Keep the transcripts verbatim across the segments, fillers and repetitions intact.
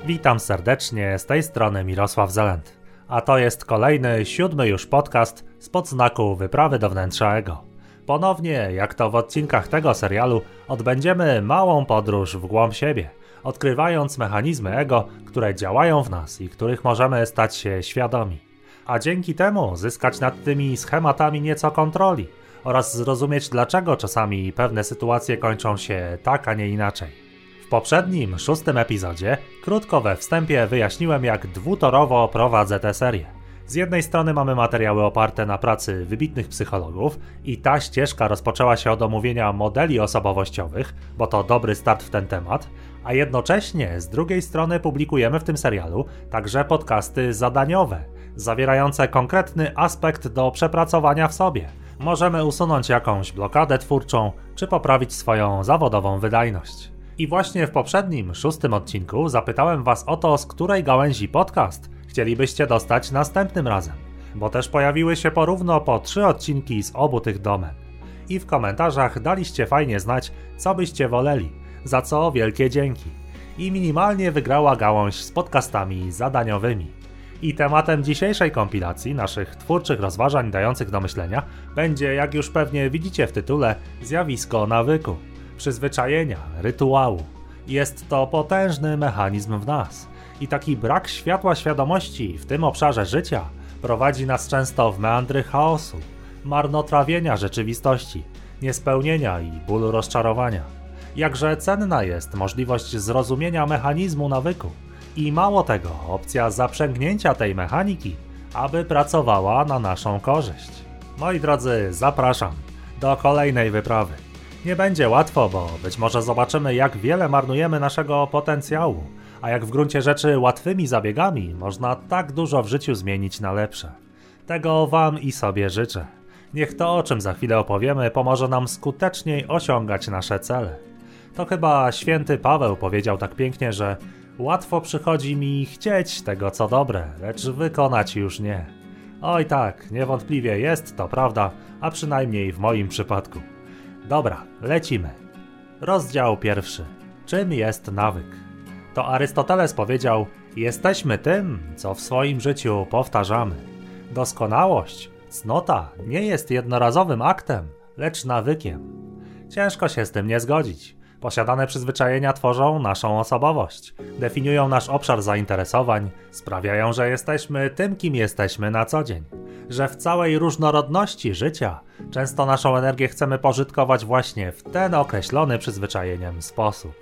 Witam serdecznie, z tej strony Mirosław Zelent. A to jest kolejny, siódmy już podcast spod znaku Wyprawy do wnętrza ego. Ponownie, jak to w odcinkach tego serialu, odbędziemy małą podróż w głąb siebie, odkrywając mechanizmy ego, które działają w nas i których możemy stać się świadomi. A dzięki temu zyskać nad tymi schematami nieco kontroli oraz zrozumieć, dlaczego czasami pewne sytuacje kończą się tak, a nie inaczej. W poprzednim, szóstym epizodzie, krótko we wstępie wyjaśniłem, jak dwutorowo prowadzę tę serię. Z jednej strony mamy materiały oparte na pracy wybitnych psychologów i ta ścieżka rozpoczęła się od omówienia modeli osobowościowych, bo to dobry start w ten temat, a jednocześnie z drugiej strony publikujemy w tym serialu także podcasty zadaniowe, zawierające konkretny aspekt do przepracowania w sobie. Możemy usunąć jakąś blokadę twórczą, czy poprawić swoją zawodową wydajność. I właśnie w poprzednim, szóstym odcinku zapytałem was o to, z której gałęzi podcast chcielibyście dostać następnym razem, bo też pojawiły się porówno po trzy odcinki z obu tych domen. I w komentarzach daliście fajnie znać, co byście woleli, za co wielkie dzięki. I minimalnie wygrała gałąź z podcastami zadaniowymi. I tematem dzisiejszej kompilacji naszych twórczych rozważań dających do myślenia będzie, jak już pewnie widzicie w tytule, zjawisko nawyku, przyzwyczajenia, rytuału. Jest to potężny mechanizm w nas i taki brak światła świadomości w tym obszarze życia prowadzi nas często w meandry chaosu, marnotrawienia rzeczywistości, niespełnienia i bólu rozczarowania. Jakże cenna jest możliwość zrozumienia mechanizmu nawyku i mało tego, opcja zaprzęgnięcia tej mechaniki, aby pracowała na naszą korzyść. Moi drodzy, zapraszam do kolejnej wyprawy. Nie będzie łatwo, bo być może zobaczymy, jak wiele marnujemy naszego potencjału, a jak w gruncie rzeczy łatwymi zabiegami można tak dużo w życiu zmienić na lepsze. Tego wam i sobie życzę. Niech to, o czym za chwilę opowiemy, pomoże nam skuteczniej osiągać nasze cele. To chyba święty Paweł powiedział tak pięknie, że łatwo przychodzi mi chcieć tego, co dobre, lecz wykonać już nie. Oj tak, niewątpliwie jest to prawda, a przynajmniej w moim przypadku. Dobra, lecimy. Rozdział pierwszy. Czym jest nawyk? To Arystoteles powiedział: jesteśmy tym, co w swoim życiu powtarzamy. Doskonałość, cnota nie jest jednorazowym aktem, lecz nawykiem. Ciężko się z tym nie zgodzić. Posiadane przyzwyczajenia tworzą naszą osobowość, definiują nasz obszar zainteresowań, sprawiają, że jesteśmy tym, kim jesteśmy na co dzień. Że w całej różnorodności życia często naszą energię chcemy pożytkować właśnie w ten określony przyzwyczajeniem sposób.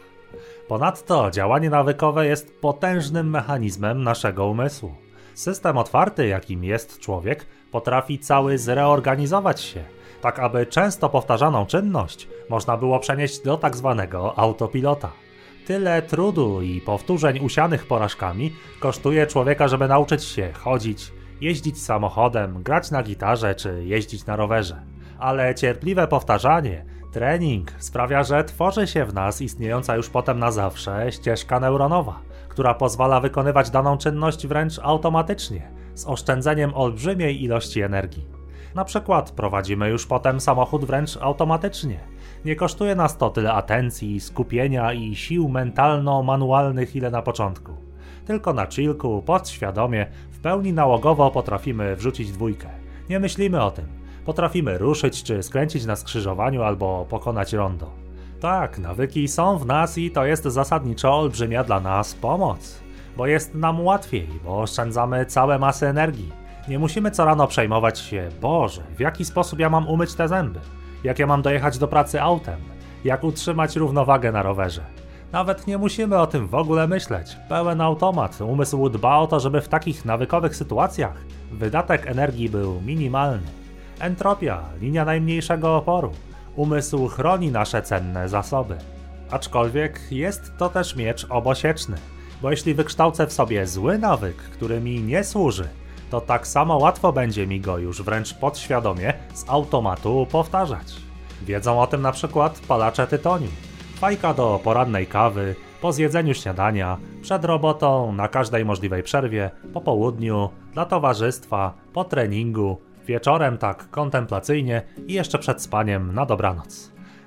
Ponadto działanie nawykowe jest potężnym mechanizmem naszego umysłu. System otwarty, jakim jest człowiek, potrafi cały zreorganizować się, tak aby często powtarzaną czynność można było przenieść do tak zwanego autopilota. Tyle trudu i powtórzeń usianych porażkami kosztuje człowieka, żeby nauczyć się chodzić, jeździć samochodem, grać na gitarze czy jeździć na rowerze. Ale cierpliwe powtarzanie, trening sprawia, że tworzy się w nas istniejąca już potem na zawsze ścieżka neuronowa, która pozwala wykonywać daną czynność wręcz automatycznie, z oszczędzeniem olbrzymiej ilości energii. Na przykład prowadzimy już potem samochód wręcz automatycznie. Nie kosztuje nas to tyle atencji, skupienia i sił mentalno-manualnych ile na początku. Tylko na chillku, podświadomie, w pełni nałogowo potrafimy wrzucić dwójkę. Nie myślimy o tym. Potrafimy ruszyć czy skręcić na skrzyżowaniu albo pokonać rondo. Tak, nawyki są w nas i to jest zasadniczo olbrzymia dla nas pomoc. Bo jest nam łatwiej, bo oszczędzamy całe masy energii. Nie musimy co rano przejmować się: Boże, w jaki sposób ja mam umyć te zęby? Jak ja mam dojechać do pracy autem? Jak utrzymać równowagę na rowerze? Nawet nie musimy o tym w ogóle myśleć. Pełen automat. Umysł dba o to, żeby w takich nawykowych sytuacjach wydatek energii był minimalny. Entropia, linia najmniejszego oporu. Umysł chroni nasze cenne zasoby. Aczkolwiek jest to też miecz obosieczny, bo jeśli wykształcę w sobie zły nawyk, który mi nie służy, to tak samo łatwo będzie mi go już wręcz podświadomie z automatu powtarzać. Wiedzą o tym na przykład palacze tytoniu. Fajka do porannej kawy, po zjedzeniu śniadania, przed robotą, na każdej możliwej przerwie, po południu, dla towarzystwa, po treningu, wieczorem tak kontemplacyjnie i jeszcze przed spaniem na dobranoc.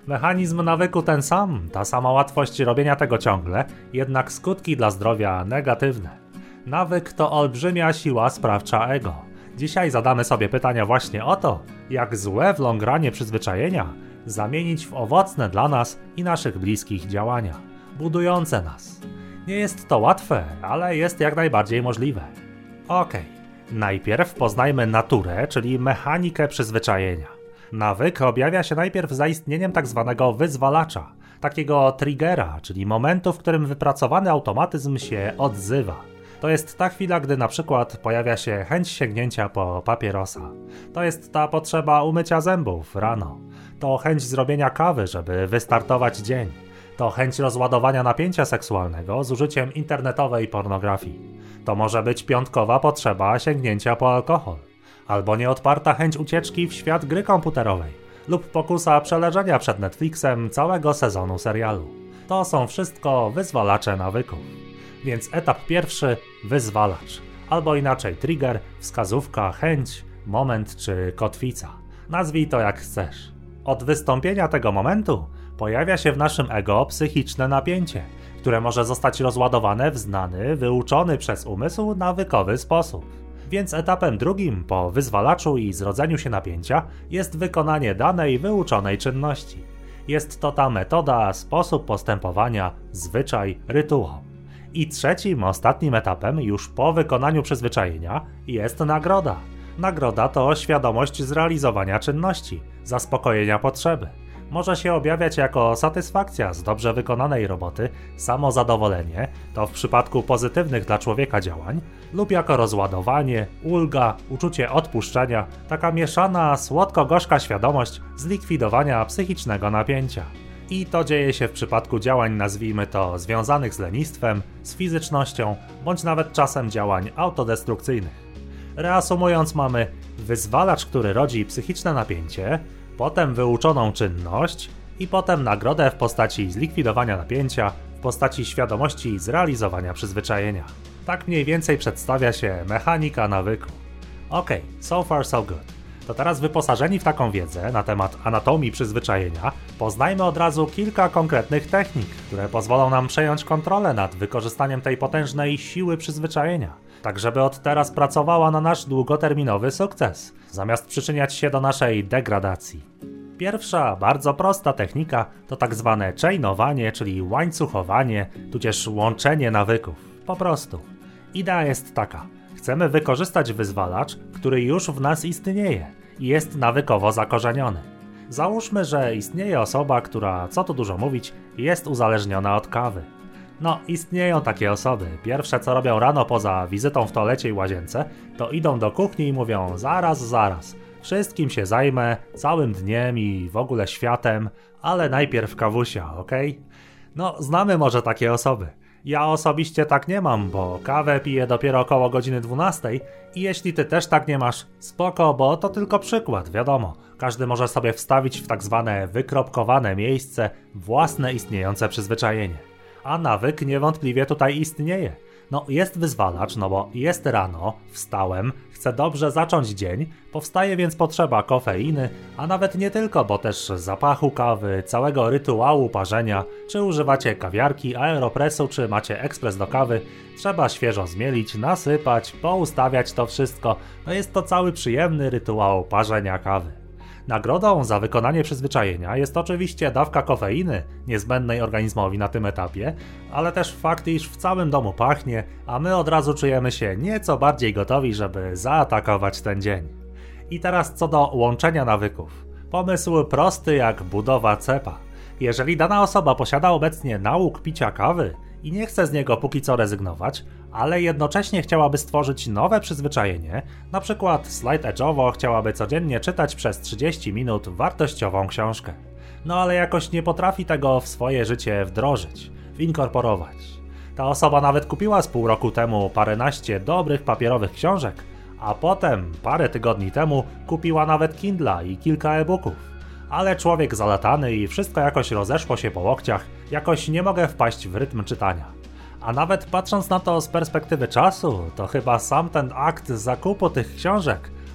Mechanizm nawyku ten sam, ta sama łatwość robienia tego ciągle, jednak skutki dla zdrowia negatywne. Nawyk to olbrzymia siła sprawcza ego. Dzisiaj zadamy sobie pytania właśnie o to, jak złe w long runie przyzwyczajenia zamienić w owocne dla nas i naszych bliskich działania, budujące nas. Nie jest to łatwe, ale jest jak najbardziej możliwe. Okej, najpierw poznajmy naturę, czyli mechanikę przyzwyczajenia. Nawyk objawia się najpierw zaistnieniem tak zwanego wyzwalacza, takiego triggera, czyli momentu, w którym wypracowany automatyzm się odzywa. To jest ta chwila, gdy na przykład pojawia się chęć sięgnięcia po papierosa. To jest ta potrzeba umycia zębów rano. To chęć zrobienia kawy, żeby wystartować dzień. To chęć rozładowania napięcia seksualnego z użyciem internetowej pornografii. To może być piątkowa potrzeba sięgnięcia po alkohol. Albo nieodparta chęć ucieczki w świat gry komputerowej. Lub pokusa przeleżenia przed Netflixem całego sezonu serialu. To są wszystko wyzwalacze nawyków. Więc etap pierwszy – wyzwalacz. Albo inaczej trigger, wskazówka, chęć, moment czy kotwica. Nazwij to jak chcesz. Od wystąpienia tego momentu pojawia się w naszym ego psychiczne napięcie, które może zostać rozładowane w znany, wyuczony przez umysł nawykowy sposób. Więc etapem drugim po wyzwalaczu i zrodzeniu się napięcia jest wykonanie danej wyuczonej czynności. Jest to ta metoda, sposób postępowania, zwyczaj, rytuał. I trzecim, ostatnim etapem, już po wykonaniu przyzwyczajenia, jest nagroda. Nagroda to świadomość zrealizowania czynności, zaspokojenia potrzeby. Może się objawiać jako satysfakcja z dobrze wykonanej roboty, samozadowolenie, to w przypadku pozytywnych dla człowieka działań, lub jako rozładowanie, ulga, uczucie odpuszczenia, taka mieszana, słodko-gorzka świadomość zlikwidowania psychicznego napięcia. I to dzieje się w przypadku działań, nazwijmy to, związanych z lenistwem, z fizycznością, bądź nawet czasem działań autodestrukcyjnych. Reasumując, mamy wyzwalacz, który rodzi psychiczne napięcie, potem wyuczoną czynność i potem nagrodę w postaci zlikwidowania napięcia, w postaci świadomości zrealizowania przyzwyczajenia. Tak mniej więcej przedstawia się mechanika nawyku. Okej, okay, so far so good. To teraz wyposażeni w taką wiedzę na temat anatomii przyzwyczajenia, poznajmy od razu kilka konkretnych technik, które pozwolą nam przejąć kontrolę nad wykorzystaniem tej potężnej siły przyzwyczajenia, tak żeby od teraz pracowała na nasz długoterminowy sukces, zamiast przyczyniać się do naszej degradacji. Pierwsza, bardzo prosta technika to tak zwane chainowanie, czyli łańcuchowanie, tudzież łączenie nawyków. Po prostu. Idea jest taka. Chcemy wykorzystać wyzwalacz, który już w nas istnieje i jest nawykowo zakorzeniony. Załóżmy, że istnieje osoba, która, co tu dużo mówić, jest uzależniona od kawy. No, istnieją takie osoby. Pierwsze co robią rano poza wizytą w toalecie i łazience, to idą do kuchni i mówią zaraz, zaraz. Wszystkim się zajmę, całym dniem i w ogóle światem, ale najpierw kawusia, okej? Okay? No, znamy może takie osoby. Ja osobiście tak nie mam, bo kawę piję dopiero około godziny dwunastej i jeśli ty też tak nie masz, spoko, bo to tylko przykład, wiadomo. Każdy może sobie wstawić w tak zwane wykropkowane miejsce własne istniejące przyzwyczajenie. A nawyk niewątpliwie tutaj istnieje. No jest wyzwalacz, no bo jest rano, wstałem, chcę dobrze zacząć dzień, powstaje więc potrzeba kofeiny, a nawet nie tylko, bo też zapachu kawy, całego rytuału parzenia, czy używacie kawiarki, aeropresu, czy macie ekspres do kawy, trzeba świeżo zmielić, nasypać, poustawiać to wszystko, no jest to cały przyjemny rytuał parzenia kawy. Nagrodą za wykonanie przyzwyczajenia jest oczywiście dawka kofeiny, niezbędnej organizmowi na tym etapie, ale też fakt, iż w całym domu pachnie, a my od razu czujemy się nieco bardziej gotowi, żeby zaatakować ten dzień. I teraz co do łączenia nawyków. Pomysł prosty jak budowa cepa. Jeżeli dana osoba posiada obecnie nauk picia kawy i nie chce z niego póki co rezygnować, ale jednocześnie chciałaby stworzyć nowe przyzwyczajenie, na przykład slide edge'owo chciałaby codziennie czytać przez trzydzieści minut wartościową książkę. No ale jakoś nie potrafi tego w swoje życie wdrożyć, winkorporować. Ta osoba nawet kupiła z pół roku temu paręnaście dobrych papierowych książek, a potem, parę tygodni temu, kupiła nawet Kindla i kilka e-booków. Ale człowiek zalatany i wszystko jakoś rozeszło się po łokciach, jakoś nie mogę wpaść w rytm czytania. A nawet patrząc na to z perspektywy czasu, to chyba sam ten akt zakupu tych książek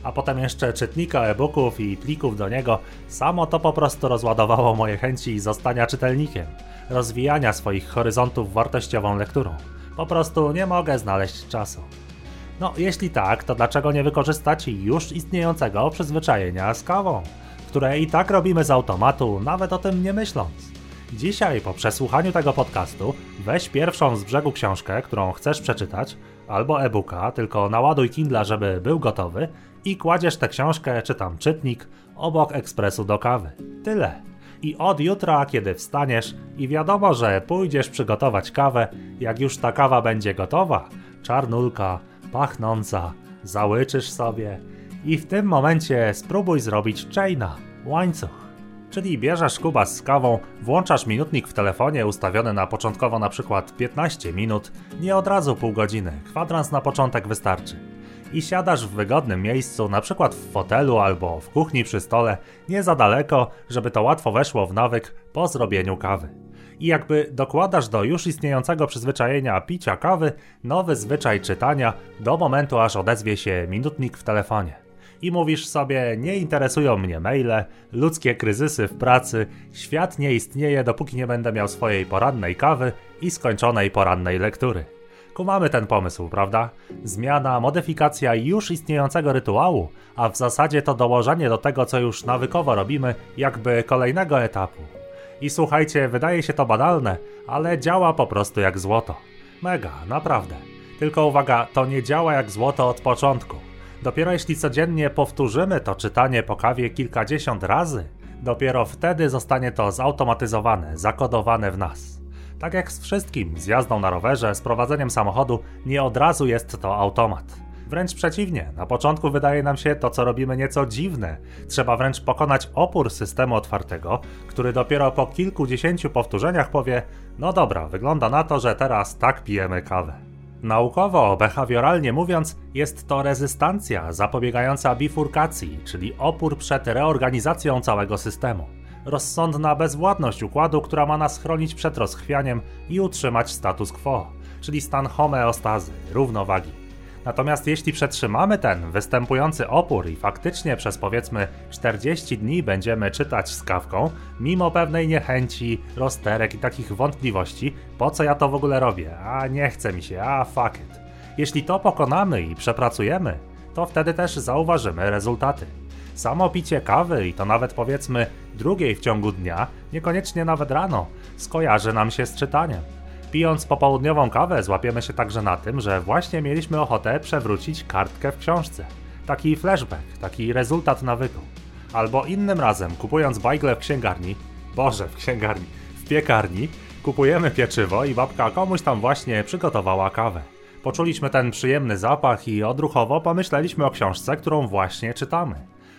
a potem jeszcze czytnika e-booków i plików do niego, samo to po prostu rozładowało moje chęci zostania czytelnikiem, rozwijania swoich horyzontów wartościową lekturą. Po prostu nie mogę znaleźć czasu. No, jeśli tak, to dlaczego nie wykorzystać już istniejącego przyzwyczajenia z kawą, które i tak robimy z automatu, nawet o tym nie myśląc? Dzisiaj, po przesłuchaniu tego podcastu, weź pierwszą z brzegu książkę, którą chcesz przeczytać, albo e-booka, tylko naładuj Kindla, żeby był gotowy i kładziesz tę książkę, czy tam czytnik, obok ekspresu do kawy. Tyle. I od jutra, kiedy wstaniesz i wiadomo, że pójdziesz przygotować kawę, jak już ta kawa będzie gotowa, czarnulka, pachnąca, załyczysz sobie i w tym momencie spróbuj zrobić chaina, łańcuch. Czyli bierzesz kubas z kawą, włączasz minutnik w telefonie ustawiony na początkowo na przykład piętnaście minut, nie od razu pół godziny, kwadrans na początek wystarczy. I siadasz w wygodnym miejscu, na przykład w fotelu albo w kuchni przy stole, nie za daleko, żeby to łatwo weszło w nawyk po zrobieniu kawy. I jakby dokładasz do już istniejącego przyzwyczajenia picia kawy nowy zwyczaj czytania do momentu, aż odezwie się minutnik w telefonie. I mówisz sobie, nie interesują mnie maile, ludzkie kryzysy w pracy, świat nie istnieje, dopóki nie będę miał swojej porannej kawy i skończonej porannej lektury. Kumamy ten pomysł, prawda? Zmiana, modyfikacja już istniejącego rytuału, a w zasadzie to dołożenie do tego, co już nawykowo robimy, jakby kolejnego etapu. I słuchajcie, wydaje się to banalne, ale działa po prostu jak złoto. Mega, naprawdę. Tylko uwaga, to nie działa jak złoto od początku. Dopiero jeśli codziennie powtórzymy to czytanie po kawie kilkadziesiąt razy, dopiero wtedy zostanie to zautomatyzowane, zakodowane w nas. Tak jak z wszystkim, z jazdą na rowerze, z prowadzeniem samochodu, nie od razu jest to automat. Wręcz przeciwnie, na początku wydaje nam się to, co robimy, nieco dziwne. Trzeba wręcz pokonać opór systemu otwartego, który dopiero po kilkudziesięciu powtórzeniach powie: no dobra, wygląda na to, że teraz tak pijemy kawę. Naukowo, behawioralnie mówiąc, jest to rezystancja zapobiegająca bifurkacji, czyli opór przed reorganizacją całego systemu. Rozsądna bezwładność układu, która ma nas chronić przed rozchwianiem i utrzymać status quo, czyli stan homeostazy, równowagi. Natomiast jeśli przetrzymamy ten występujący opór i faktycznie przez powiedzmy czterdzieści dni będziemy czytać z kawką, mimo pewnej niechęci, rozterek i takich wątpliwości, po co ja to w ogóle robię, a nie chce mi się, a fuck it. Jeśli to pokonamy i przepracujemy, to wtedy też zauważymy rezultaty. Samo picie kawy, i to nawet powiedzmy drugiej w ciągu dnia, niekoniecznie nawet rano, skojarzy nam się z czytaniem. Pijąc popołudniową kawę złapiemy się także na tym, że właśnie mieliśmy ochotę przewrócić kartkę w książce. Taki flashback, taki rezultat nawyku. Albo innym razem, kupując bajgle w księgarni, boże w księgarni, w piekarni, kupujemy pieczywo i babka komuś tam właśnie przygotowała kawę. Poczuliśmy ten przyjemny zapach i odruchowo pomyśleliśmy o książce, którą właśnie czytamy.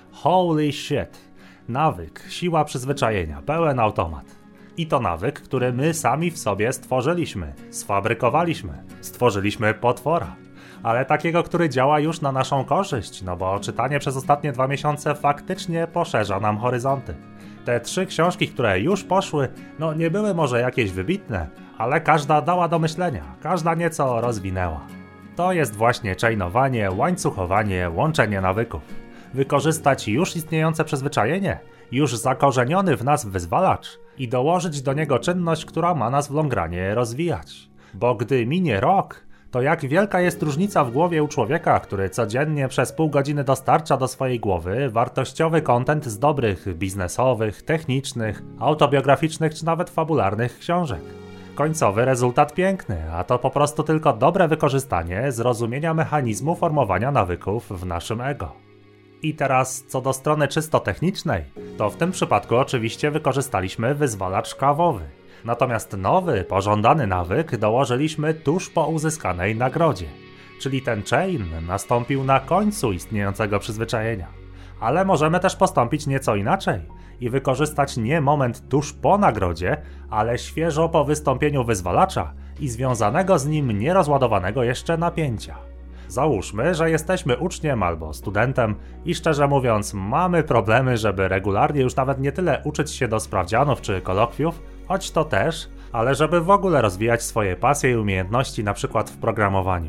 Holy shit! Nawyk, siła przyzwyczajenia, pełen automat. I to nawyk, który my sami w sobie stworzyliśmy, sfabrykowaliśmy, stworzyliśmy potwora. Ale takiego, który działa już na naszą korzyść, no bo czytanie przez ostatnie dwa miesiące faktycznie poszerza nam horyzonty. Te trzy książki, które już poszły, no nie były może jakieś wybitne, ale każda dała do myślenia, każda nieco rozwinęła. To jest właśnie chainowanie, łańcuchowanie, łączenie nawyków. Wykorzystać już istniejące przyzwyczajenie, już zakorzeniony w nas wyzwalacz i dołożyć do niego czynność, która ma nas w longranie rozwijać. Bo gdy minie rok, to jak wielka jest różnica w głowie u człowieka, który codziennie przez pół godziny dostarcza do swojej głowy wartościowy content z dobrych biznesowych, technicznych, autobiograficznych czy nawet fabularnych książek. Końcowy rezultat piękny, a to po prostu tylko dobre wykorzystanie zrozumienia mechanizmu formowania nawyków w naszym ego. I teraz co do strony czysto technicznej, to w tym przypadku oczywiście wykorzystaliśmy wyzwalacz kawowy. Natomiast nowy, pożądany nawyk dołożyliśmy tuż po uzyskanej nagrodzie. Czyli ten chain nastąpił na końcu istniejącego przyzwyczajenia. Ale możemy też postąpić nieco inaczej i wykorzystać nie moment tuż po nagrodzie, ale świeżo po wystąpieniu wyzwalacza i związanego z nim nierozładowanego jeszcze napięcia. Załóżmy, że jesteśmy uczniem albo studentem i szczerze mówiąc mamy problemy, żeby regularnie już nawet nie tyle uczyć się do sprawdzianów czy kolokwiów, choć to też, ale żeby w ogóle rozwijać swoje pasje i umiejętności na przykład w programowaniu.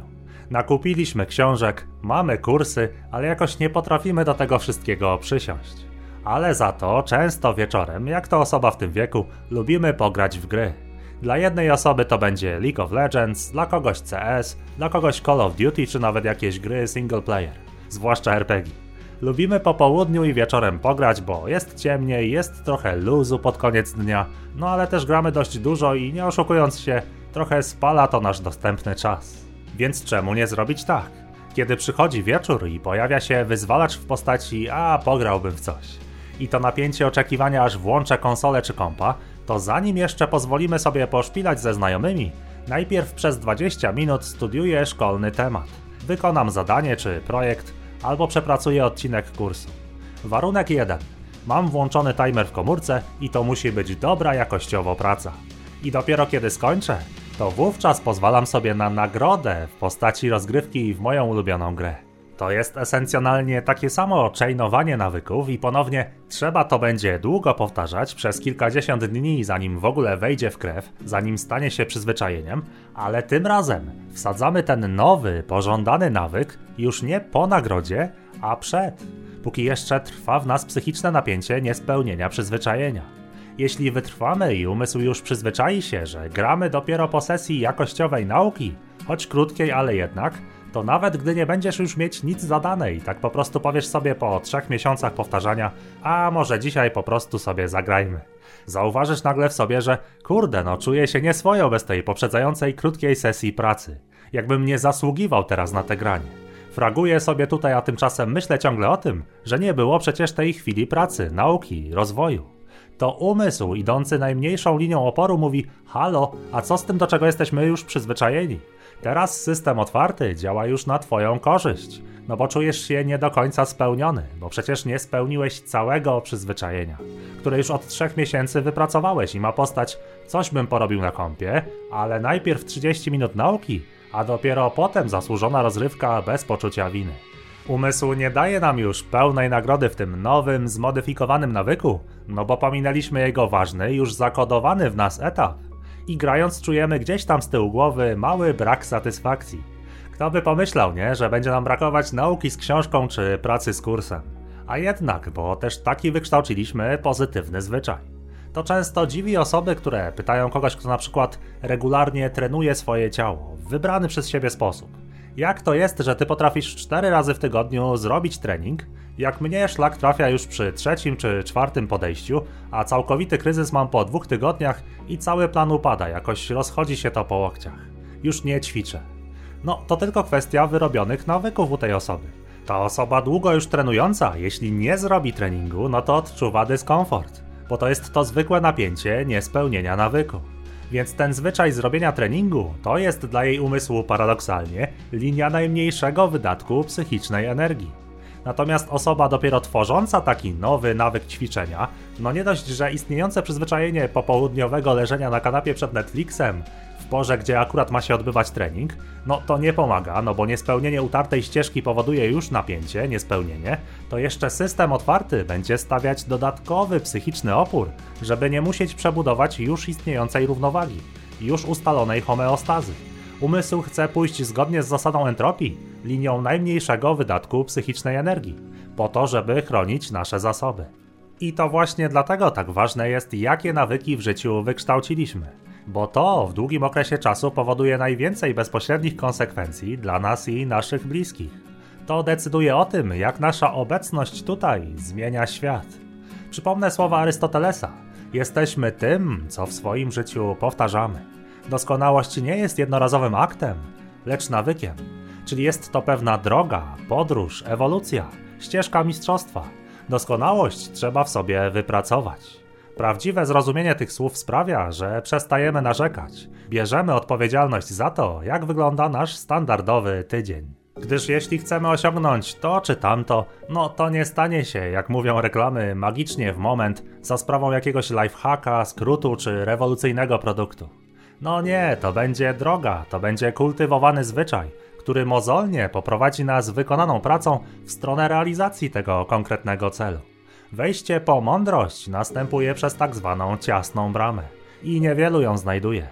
Nakupiliśmy książek, mamy kursy, ale jakoś nie potrafimy do tego wszystkiego przysiąść. Ale za to często wieczorem, jak to osoba w tym wieku, lubimy pograć w gry. Dla jednej osoby to będzie League of Legends, dla kogoś C S, dla kogoś Call of Duty czy nawet jakieś gry single player, zwłaszcza R P G. Lubimy po południu i wieczorem pograć, bo jest ciemniej, jest trochę luzu pod koniec dnia, no ale też gramy dość dużo i nie oszukując się, trochę spala to nasz dostępny czas. Więc czemu nie zrobić tak? Kiedy przychodzi wieczór i pojawia się wyzwalacz w postaci a pograłbym w coś i to napięcie oczekiwania aż włączę konsolę czy kompa, to zanim jeszcze pozwolimy sobie poszpilać ze znajomymi, najpierw przez dwadzieścia minut studiuję szkolny temat. Wykonam zadanie czy projekt, albo przepracuję odcinek kursu. Warunek jeden. Mam włączony timer w komórce i to musi być dobra jakościowo praca. I dopiero kiedy skończę, to wówczas pozwalam sobie na nagrodę w postaci rozgrywki w moją ulubioną grę. To jest esencjonalnie takie samo chainowanie nawyków i ponownie trzeba to będzie długo powtarzać przez kilkadziesiąt dni, zanim w ogóle wejdzie w krew, zanim stanie się przyzwyczajeniem, ale tym razem wsadzamy ten nowy, pożądany nawyk już nie po nagrodzie, a przed, póki jeszcze trwa w nas psychiczne napięcie niespełnienia przyzwyczajenia. Jeśli wytrwamy i umysł już przyzwyczai się, że gramy dopiero po sesji jakościowej nauki, choć krótkiej, ale jednak, to nawet gdy nie będziesz już mieć nic zadane i tak po prostu powiesz sobie po trzech miesiącach powtarzania, a może dzisiaj po prostu sobie zagrajmy. Zauważysz nagle w sobie, że kurde no czuję się nieswojo bez tej poprzedzającej krótkiej sesji pracy. Jakbym nie zasługiwał teraz na te granie. Fraguję sobie tutaj, a tymczasem myślę ciągle o tym, że nie było przecież tej chwili pracy, nauki, rozwoju. To umysł idący najmniejszą linią oporu mówi halo, a co z tym, do czego jesteśmy już przyzwyczajeni? Teraz system otwarty działa już na twoją korzyść, no bo czujesz się nie do końca spełniony, bo przecież nie spełniłeś całego przyzwyczajenia, które już od trzech miesięcy wypracowałeś i ma postać coś bym porobił na kompie, ale najpierw trzydzieści minut nauki, a dopiero potem zasłużona rozrywka bez poczucia winy. Umysł nie daje nam już pełnej nagrody w tym nowym, zmodyfikowanym nawyku, no bo pominęliśmy jego ważny, już zakodowany w nas etap. I grając czujemy gdzieś tam z tyłu głowy mały brak satysfakcji. Kto by pomyślał, nie, że będzie nam brakować nauki z książką czy pracy z kursem. A jednak, bo też taki wykształciliśmy pozytywny zwyczaj. To często dziwi osoby, które pytają kogoś, kto na przykład regularnie trenuje swoje ciało w wybrany przez siebie sposób. Jak to jest, że ty potrafisz cztery razy w tygodniu zrobić trening, jak mnie szlak trafia już przy trzecim czy czwartym podejściu, a całkowity kryzys mam po dwóch tygodniach i cały plan upada, jakoś rozchodzi się to po łokciach. Już nie ćwiczę. No, to tylko kwestia wyrobionych nawyków u tej osoby. Ta osoba długo już trenująca, jeśli nie zrobi treningu, no to odczuwa dyskomfort, bo to jest to zwykłe napięcie niespełnienia nawyku. Więc ten zwyczaj zrobienia treningu to jest dla jej umysłu paradoksalnie linia najmniejszego wydatku psychicznej energii. Natomiast osoba dopiero tworząca taki nowy nawyk ćwiczenia, no nie dość, że istniejące przyzwyczajenie popołudniowego leżenia na kanapie przed Netflixem w porze, gdzie akurat ma się odbywać trening, no to nie pomaga, no bo niespełnienie utartej ścieżki powoduje już napięcie, niespełnienie, to jeszcze system otwarty będzie stawiać dodatkowy psychiczny opór, żeby nie musieć przebudować już istniejącej równowagi, już ustalonej homeostazy. Umysł chce pójść zgodnie z zasadą entropii, linią najmniejszego wydatku psychicznej energii, po to, żeby chronić nasze zasoby. I to właśnie dlatego tak ważne jest, jakie nawyki w życiu wykształciliśmy, bo to w długim okresie czasu powoduje najwięcej bezpośrednich konsekwencji dla nas i naszych bliskich. To decyduje o tym, jak nasza obecność tutaj zmienia świat. Przypomnę słowa Arystotelesa. Jesteśmy tym, co w swoim życiu powtarzamy. Doskonałość nie jest jednorazowym aktem, lecz nawykiem. Czyli jest to pewna droga, podróż, ewolucja, ścieżka mistrzostwa. Doskonałość trzeba w sobie wypracować. Prawdziwe zrozumienie tych słów sprawia, że przestajemy narzekać. Bierzemy odpowiedzialność za to, jak wygląda nasz standardowy tydzień. Gdyż jeśli chcemy osiągnąć to czy tamto, no to nie stanie się, jak mówią reklamy, magicznie w moment za sprawą jakiegoś lifehacka, skrótu czy rewolucyjnego produktu. No nie, to będzie droga, to będzie kultywowany zwyczaj, który mozolnie poprowadzi nas wykonaną pracą w stronę realizacji tego konkretnego celu. Wejście po mądrość następuje przez tak zwaną ciasną bramę i niewielu ją znajduje.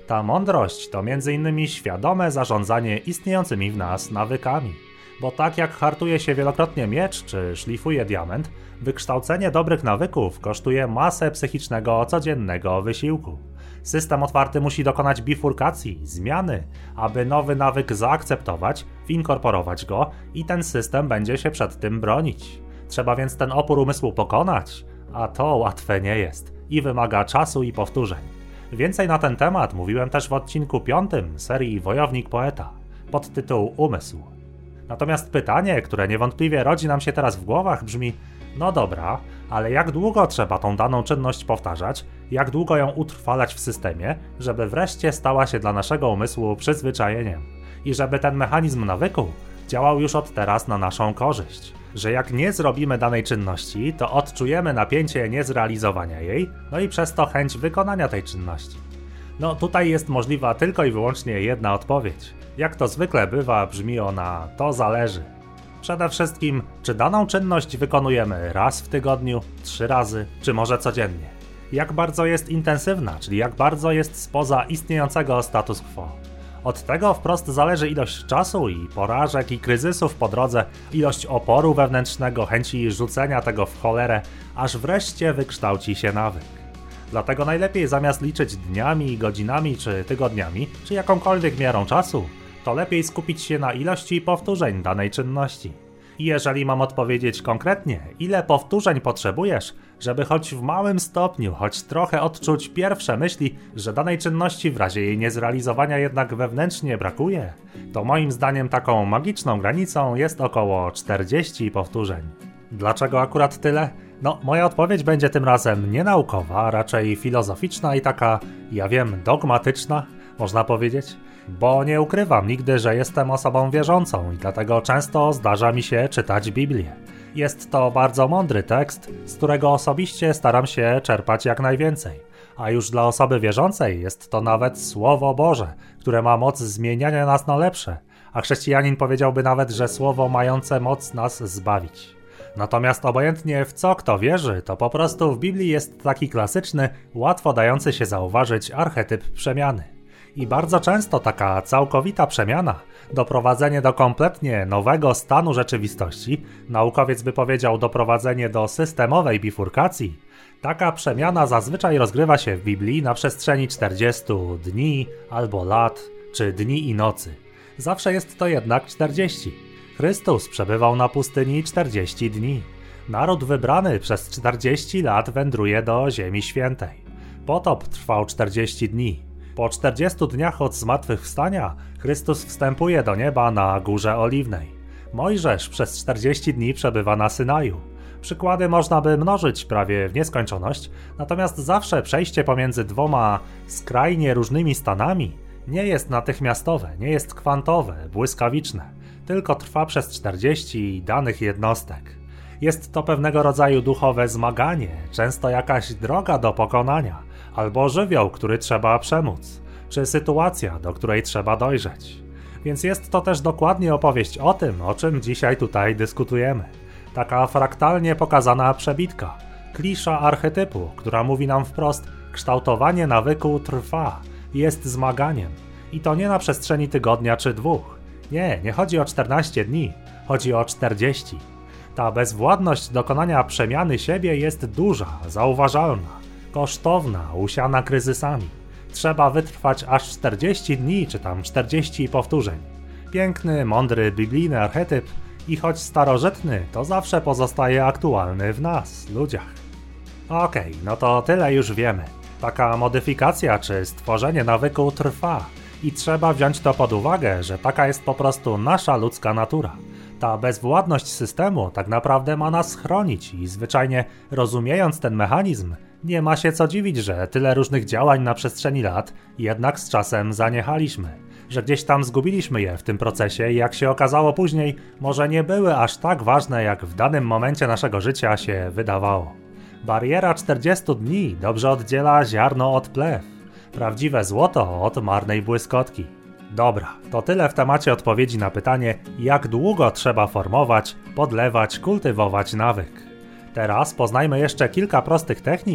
Ta mądrość to między innymi świadome zarządzanie istniejącymi w nas nawykami. Bo tak jak hartuje się wielokrotnie miecz czy szlifuje diament, wykształcenie dobrych nawyków kosztuje masę psychicznego, codziennego wysiłku. System otwarty musi dokonać bifurkacji, zmiany, aby nowy nawyk zaakceptować, winkorporować go i ten system będzie się przed tym bronić. Trzeba więc ten opór umysłu pokonać, a to łatwe nie jest i wymaga czasu i powtórzeń. Więcej na ten temat mówiłem też w odcinku piątym serii Wojownik Poeta, pod tytuł Umysł. Natomiast pytanie, które niewątpliwie rodzi nam się teraz w głowach brzmi: no dobra, ale jak długo trzeba tą daną czynność powtarzać, jak długo ją utrwalać w systemie, żeby wreszcie stała się dla naszego umysłu przyzwyczajeniem i żeby ten mechanizm nawyku działał już od teraz na naszą korzyść, że jak nie zrobimy danej czynności, to odczujemy napięcie niezrealizowania jej, no i przez to chęć wykonania tej czynności. No tutaj jest możliwa tylko i wyłącznie jedna odpowiedź. Jak to zwykle bywa, brzmi ona: to zależy. Przede wszystkim, czy daną czynność wykonujemy raz w tygodniu, trzy razy, czy może codziennie. Jak bardzo jest intensywna, czyli jak bardzo jest spoza istniejącego status quo. Od tego wprost zależy ilość czasu i porażek i kryzysów po drodze, ilość oporu wewnętrznego, chęci rzucenia tego w cholerę, aż wreszcie wykształci się nawyk. Dlatego najlepiej zamiast liczyć dniami, godzinami czy tygodniami, czy jakąkolwiek miarą czasu, to lepiej skupić się na ilości powtórzeń danej czynności. I jeżeli mam odpowiedzieć konkretnie, ile powtórzeń potrzebujesz, żeby choć w małym stopniu, choć trochę odczuć pierwsze myśli, że danej czynności w razie jej niezrealizowania jednak wewnętrznie brakuje, to moim zdaniem taką magiczną granicą jest około czterdzieści powtórzeń. Dlaczego akurat tyle? No, moja odpowiedź będzie tym razem nie naukowa, a raczej filozoficzna i taka, ja wiem, dogmatyczna, można powiedzieć. Bo nie ukrywam nigdy, że jestem osobą wierzącą i dlatego często zdarza mi się czytać Biblię. Jest to bardzo mądry tekst, z którego osobiście staram się czerpać jak najwięcej. A już dla osoby wierzącej jest to nawet Słowo Boże, które ma moc zmieniania nas na lepsze, a chrześcijanin powiedziałby nawet, że słowo mające moc nas zbawić. Natomiast obojętnie w co kto wierzy, to po prostu w Biblii jest taki klasyczny, łatwo dający się zauważyć archetyp przemiany. I bardzo często taka całkowita przemiana, doprowadzenie do kompletnie nowego stanu rzeczywistości, naukowiec by powiedział doprowadzenie do systemowej bifurkacji, taka przemiana zazwyczaj rozgrywa się w Biblii na przestrzeni czterdziestu dni albo lat, czy dni i nocy. Zawsze jest to jednak czterdzieści. Chrystus przebywał na pustyni czterdzieści dni. Naród wybrany przez czterdzieści lat wędruje do Ziemi Świętej. Potop trwał czterdzieści dni. Po czterdziestu dniach od zmartwychwstania Chrystus wstępuje do nieba na Górze Oliwnej. Mojżesz przez czterdzieści dni przebywa na Synaju. Przykłady można by mnożyć prawie w nieskończoność, natomiast zawsze przejście pomiędzy dwoma skrajnie różnymi stanami nie jest natychmiastowe, nie jest kwantowe, błyskawiczne, tylko trwa przez czterdzieści danych jednostek. Jest to pewnego rodzaju duchowe zmaganie, często jakaś droga do pokonania, albo żywioł, który trzeba przemóc, czy sytuacja, do której trzeba dojrzeć. Więc jest to też dokładnie opowieść o tym, o czym dzisiaj tutaj dyskutujemy. Taka fraktalnie pokazana przebitka, klisza archetypu, która mówi nam wprost: kształtowanie nawyku trwa, jest zmaganiem. I to nie na przestrzeni tygodnia czy dwóch. Nie, nie chodzi o czternaście dni, chodzi o czterdzieści. Ta bezwładność dokonania przemiany siebie jest duża, zauważalna, kosztowna, usiana kryzysami. Trzeba wytrwać aż czterdzieści dni, czy tam czterdzieści powtórzeń. Piękny, mądry, biblijny archetyp i choć starożytny, to zawsze pozostaje aktualny w nas, ludziach. Okej, okay, no to tyle już wiemy. Taka modyfikacja czy stworzenie nawyku trwa i trzeba wziąć to pod uwagę, że taka jest po prostu nasza ludzka natura. Ta bezwładność systemu tak naprawdę ma nas chronić i zwyczajnie rozumiejąc ten mechanizm, nie ma się co dziwić, że tyle różnych działań na przestrzeni lat jednak z czasem zaniechaliśmy, że gdzieś tam zgubiliśmy je w tym procesie i jak się okazało później, może nie były aż tak ważne, jak w danym momencie naszego życia się wydawało. Bariera czterdziestu dni dobrze oddziela ziarno od plew, prawdziwe złoto od marnej błyskotki. Dobra, to tyle w temacie odpowiedzi na pytanie, jak długo trzeba formować, podlewać, kultywować nawyk. Teraz poznajmy jeszcze kilka prostych technik,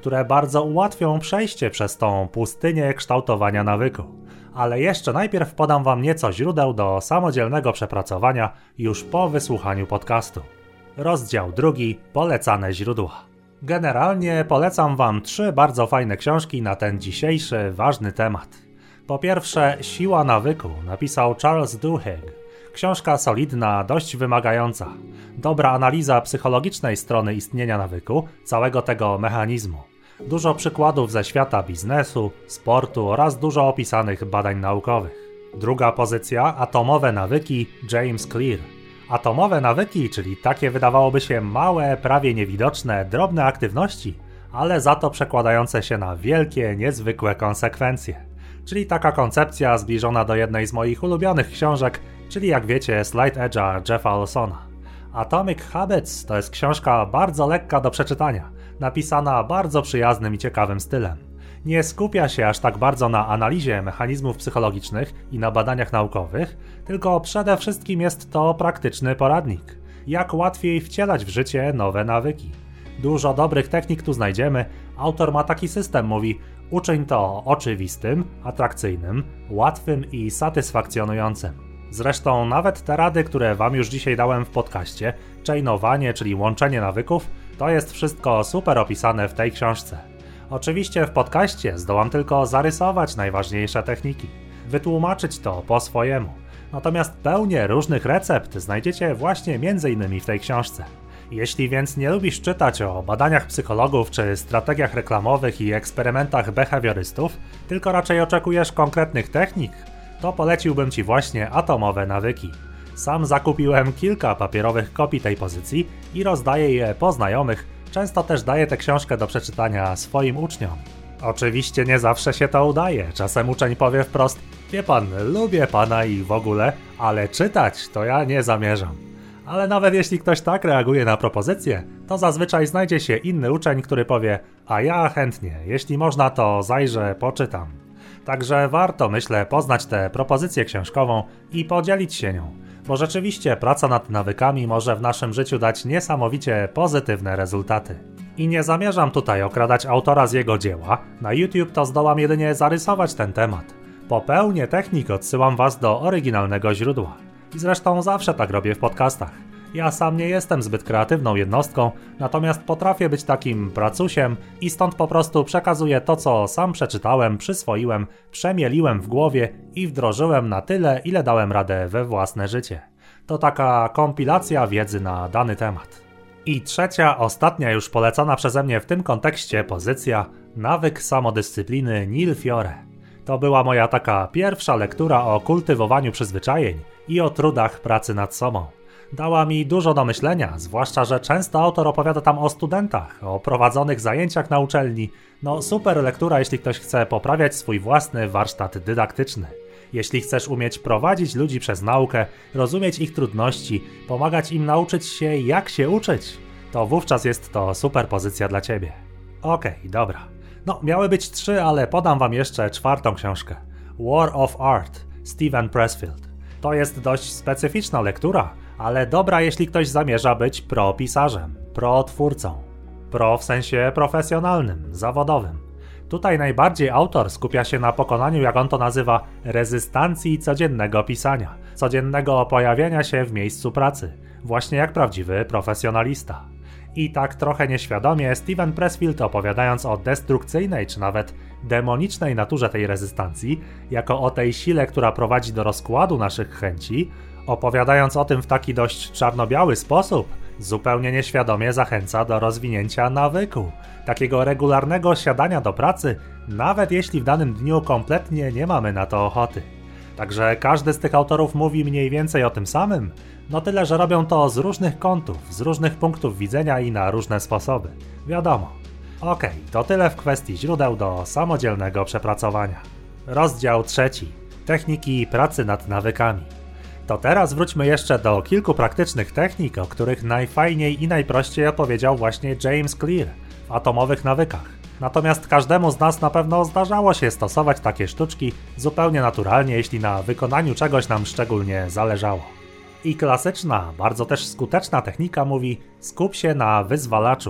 które bardzo ułatwią przejście przez tą pustynię kształtowania nawyku. Ale jeszcze najpierw podam wam nieco źródeł do samodzielnego przepracowania już po wysłuchaniu podcastu. Rozdział drugi. Polecane źródła. Generalnie polecam wam trzy bardzo fajne książki na ten dzisiejszy ważny temat. Po pierwsze, Siła nawyku napisał Charles Duhigg. Książka solidna, dość wymagająca. Dobra analiza psychologicznej strony istnienia nawyku, całego tego mechanizmu. Dużo przykładów ze świata biznesu, sportu oraz dużo opisanych badań naukowych. Druga pozycja, Atomowe nawyki, James Clear. Atomowe nawyki, czyli takie wydawałoby się małe, prawie niewidoczne, drobne aktywności, ale za to przekładające się na wielkie, niezwykłe konsekwencje. Czyli taka koncepcja zbliżona do jednej z moich ulubionych książek, czyli jak wiecie Slight Edge'a Jeffa Olsona. Atomic Habits to jest książka bardzo lekka do przeczytania, napisana bardzo przyjaznym i ciekawym stylem. Nie skupia się aż tak bardzo na analizie mechanizmów psychologicznych i na badaniach naukowych, tylko przede wszystkim jest to praktyczny poradnik. Jak łatwiej wcielać w życie nowe nawyki. Dużo dobrych technik tu znajdziemy, autor ma taki system, mówi: uczyń to oczywistym, atrakcyjnym, łatwym i satysfakcjonującym. Zresztą nawet te rady, które wam już dzisiaj dałem w podcaście, chainowanie, czyli łączenie nawyków, to jest wszystko super opisane w tej książce. Oczywiście w podcaście zdołam tylko zarysować najważniejsze techniki, wytłumaczyć to po swojemu. Natomiast pełnię różnych recept znajdziecie właśnie między innymi w tej książce. Jeśli więc nie lubisz czytać o badaniach psychologów czy strategiach reklamowych i eksperymentach behawiorystów, tylko raczej oczekujesz konkretnych technik, to poleciłbym ci właśnie Atomowe nawyki. Sam zakupiłem kilka papierowych kopii tej pozycji i rozdaję je po znajomych, często też daję tę książkę do przeczytania swoim uczniom. Oczywiście nie zawsze się to udaje, czasem uczeń powie wprost: wie pan, lubię pana i w ogóle, ale czytać to ja nie zamierzam. Ale nawet jeśli ktoś tak reaguje na propozycję, to zazwyczaj znajdzie się inny uczeń, który powie: a ja chętnie, jeśli można to zajrzę, poczytam. Także warto, myślę, poznać tę propozycję książkową i podzielić się nią, bo rzeczywiście praca nad nawykami może w naszym życiu dać niesamowicie pozytywne rezultaty. I nie zamierzam tutaj okradać autora z jego dzieła, na YouTube to zdołam jedynie zarysować ten temat. Po pełnię technik odsyłam was do oryginalnego źródła. I zresztą zawsze tak robię w podcastach. Ja sam nie jestem zbyt kreatywną jednostką, natomiast potrafię być takim pracusiem i stąd po prostu przekazuję to, co sam przeczytałem, przyswoiłem, przemieliłem w głowie i wdrożyłem na tyle, ile dałem radę we własne życie. To taka kompilacja wiedzy na dany temat. I trzecia, ostatnia już polecana przeze mnie w tym kontekście pozycja, Nawyk samodyscypliny Neil Fiore. To była moja taka pierwsza lektura o kultywowaniu przyzwyczajeń i o trudach pracy nad sobą. Dała mi dużo do myślenia, zwłaszcza że często autor opowiada tam o studentach, o prowadzonych zajęciach na uczelni. No super lektura, jeśli ktoś chce poprawiać swój własny warsztat dydaktyczny. Jeśli chcesz umieć prowadzić ludzi przez naukę, rozumieć ich trudności, pomagać im nauczyć się jak się uczyć, to wówczas jest to super pozycja dla ciebie. Okej, okay, dobra. No, miały być trzy, ale podam wam jeszcze czwartą książkę. War of Art, Steven Pressfield. To jest dość specyficzna lektura, ale dobra, jeśli ktoś zamierza być pro-pisarzem, pro-twórcą. Pro w sensie profesjonalnym, zawodowym. Tutaj najbardziej autor skupia się na pokonaniu, jak on to nazywa, rezystancji codziennego pisania, codziennego pojawiania się w miejscu pracy, właśnie jak prawdziwy profesjonalista. I tak trochę nieświadomie Steven Pressfield, opowiadając o destrukcyjnej czy nawet demonicznej naturze tej rezystancji, jako o tej sile, która prowadzi do rozkładu naszych chęci, opowiadając o tym w taki dość czarno-biały sposób, zupełnie nieświadomie zachęca do rozwinięcia nawyku, takiego regularnego siadania do pracy, nawet jeśli w danym dniu kompletnie nie mamy na to ochoty. Także każdy z tych autorów mówi mniej więcej o tym samym, no tyle, że robią to z różnych kątów, z różnych punktów widzenia i na różne sposoby. Wiadomo. Okej, okay, to tyle w kwestii źródeł do samodzielnego przepracowania. Rozdział trzeci. Techniki pracy nad nawykami. To teraz wróćmy jeszcze do kilku praktycznych technik, o których najfajniej i najprościej opowiedział właśnie James Clear w Atomowych nawykach. Natomiast każdemu z nas na pewno zdarzało się stosować takie sztuczki zupełnie naturalnie, jeśli na wykonaniu czegoś nam szczególnie zależało. I klasyczna, bardzo też skuteczna technika mówi: skup się na wyzwalaczu.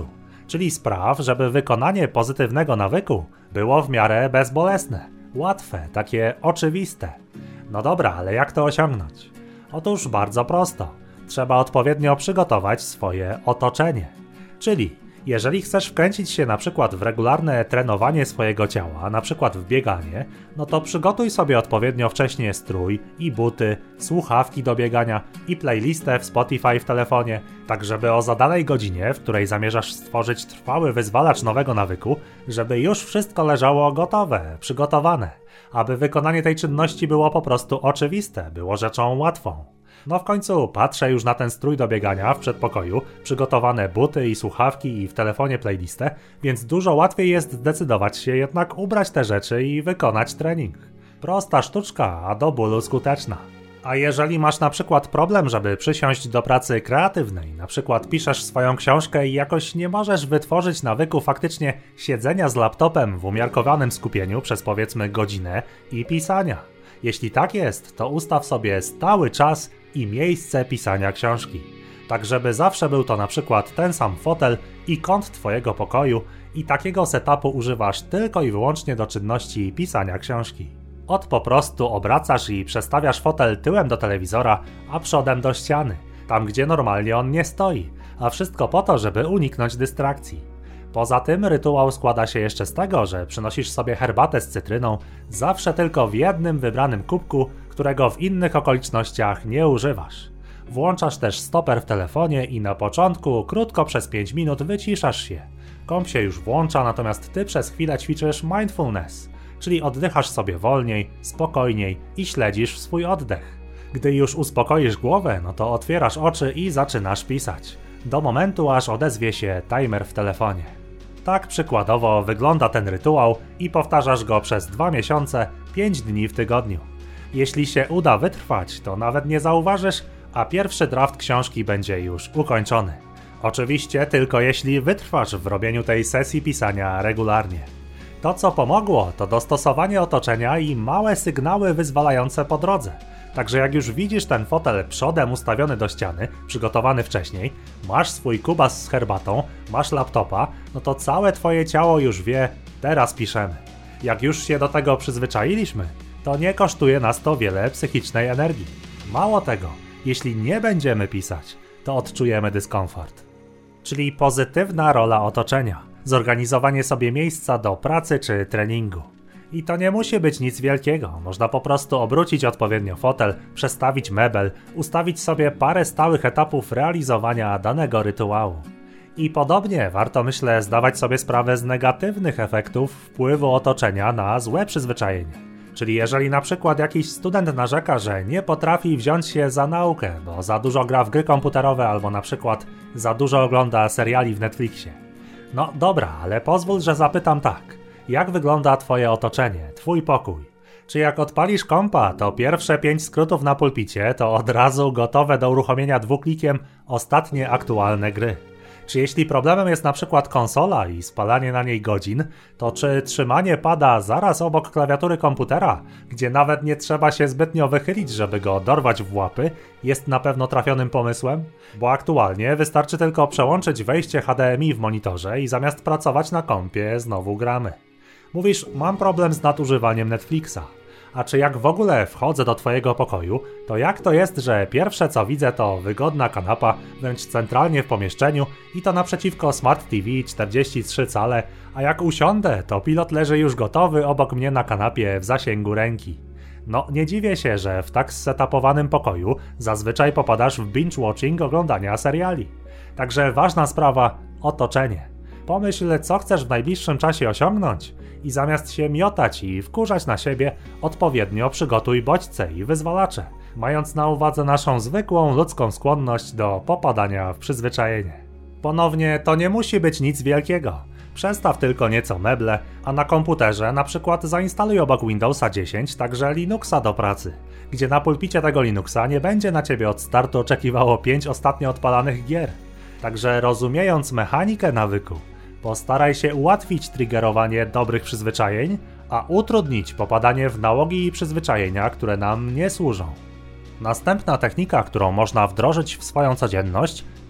Czyli spraw, żeby wykonanie pozytywnego nawyku było w miarę bezbolesne, łatwe, takie oczywiste. No dobra, ale jak to osiągnąć? Otóż bardzo prosto. Trzeba odpowiednio przygotować swoje otoczenie. Czyli jeżeli chcesz wkręcić się na przykład w regularne trenowanie swojego ciała, na przykład w bieganie, no to przygotuj sobie odpowiednio wcześnie strój i buty, słuchawki do biegania i playlistę w Spotify w telefonie, tak żeby o zadanej godzinie, w której zamierzasz stworzyć trwały wyzwalacz nowego nawyku, żeby już wszystko leżało gotowe, przygotowane, aby wykonanie tej czynności było po prostu oczywiste, było rzeczą łatwą. No w końcu patrzę już na ten strój do biegania w przedpokoju, przygotowane buty i słuchawki i w telefonie playlistę, więc dużo łatwiej jest zdecydować się jednak ubrać te rzeczy i wykonać trening. Prosta sztuczka, a do bólu skuteczna. A jeżeli masz na przykład problem, żeby przysiąść do pracy kreatywnej, na przykład piszesz swoją książkę i jakoś nie możesz wytworzyć nawyku faktycznie siedzenia z laptopem w umiarkowanym skupieniu przez powiedzmy godzinę i pisania. Jeśli tak jest, to ustaw sobie stały czas i miejsce pisania książki. Tak żeby zawsze był to na przykład ten sam fotel i kąt twojego pokoju i takiego setupu używasz tylko i wyłącznie do czynności pisania książki. Ot po prostu obracasz i przestawiasz fotel tyłem do telewizora, a przodem do ściany, tam gdzie normalnie on nie stoi, a wszystko po to, żeby uniknąć dystrakcji. Poza tym rytuał składa się jeszcze z tego, że przynosisz sobie herbatę z cytryną zawsze tylko w jednym wybranym kubku, którego w innych okolicznościach nie używasz. Włączasz też stoper w telefonie i na początku krótko przez pięć minut wyciszasz się. Komp się już włącza, natomiast ty przez chwilę ćwiczysz mindfulness, czyli oddychasz sobie wolniej, spokojniej i śledzisz swój oddech. Gdy już uspokoisz głowę, no to otwierasz oczy i zaczynasz pisać. Do momentu, aż odezwie się timer w telefonie. Tak przykładowo wygląda ten rytuał i powtarzasz go przez dwa miesiące, pięć dni w tygodniu. Jeśli się uda wytrwać, to nawet nie zauważysz, a pierwszy draft książki będzie już ukończony. Oczywiście tylko jeśli wytrwasz w robieniu tej sesji pisania regularnie. To co pomogło, to dostosowanie otoczenia i małe sygnały wyzwalające po drodze. Także jak już widzisz ten fotel przodem ustawiony do ściany, przygotowany wcześniej, masz swój kubas z herbatą, masz laptopa, no to całe twoje ciało już wie, teraz piszemy. Jak już się do tego przyzwyczailiśmy, to nie kosztuje nas to wiele psychicznej energii. Mało tego, jeśli nie będziemy pisać, to odczujemy dyskomfort. Czyli pozytywna rola otoczenia, zorganizowanie sobie miejsca do pracy czy treningu. I to nie musi być nic wielkiego, można po prostu obrócić odpowiednio fotel, przestawić mebel, ustawić sobie parę stałych etapów realizowania danego rytuału. I podobnie warto, myślę, zdawać sobie sprawę z negatywnych efektów wpływu otoczenia na złe przyzwyczajenie. Czyli jeżeli na przykład jakiś student narzeka, że nie potrafi wziąć się za naukę, bo za dużo gra w gry komputerowe albo na przykład za dużo ogląda seriali w Netflixie. No dobra, ale pozwól, że zapytam tak. Jak wygląda twoje otoczenie, twój pokój? Czy jak odpalisz kompa, to pierwsze pięć skrótów na pulpicie to od razu gotowe do uruchomienia dwuklikiem ostatnie aktualne gry? Czy jeśli problemem jest na przykład konsola i spalanie na niej godzin, to czy trzymanie pada zaraz obok klawiatury komputera, gdzie nawet nie trzeba się zbytnio wychylić, żeby go dorwać w łapy, jest na pewno trafionym pomysłem? Bo aktualnie wystarczy tylko przełączyć wejście H D M I w monitorze i zamiast pracować na kompie znowu gramy. Mówisz, mam problem z nadużywaniem Netflixa. A czy jak w ogóle wchodzę do twojego pokoju, to jak to jest, że pierwsze co widzę to wygodna kanapa, wręcz centralnie w pomieszczeniu i to naprzeciwko Smart T V czterdzieści trzy cale, a jak usiądę, to pilot leży już gotowy obok mnie na kanapie w zasięgu ręki. No nie dziwię się, że w tak zsetapowanym pokoju zazwyczaj popadasz w binge-watching oglądania seriali. Także ważna sprawa, otoczenie. Pomyśl, co chcesz w najbliższym czasie osiągnąć i zamiast się miotać i wkurzać na siebie, odpowiednio przygotuj bodźce i wyzwalacze, mając na uwadze naszą zwykłą ludzką skłonność do popadania w przyzwyczajenie. Ponownie, to nie musi być nic wielkiego. Przestaw tylko nieco meble, a na komputerze na przykład zainstaluj obok Windowsa dziesięć także Linuxa do pracy, gdzie na pulpicie tego Linuxa nie będzie na ciebie od startu oczekiwało pięć ostatnio odpalanych gier. Także rozumiejąc mechanikę nawyku, postaraj się ułatwić triggerowanie dobrych przyzwyczajeń, a utrudnić popadanie w nałogi i przyzwyczajenia, które nam nie służą. Następna technika, którą można wdrożyć w swoją codzienność,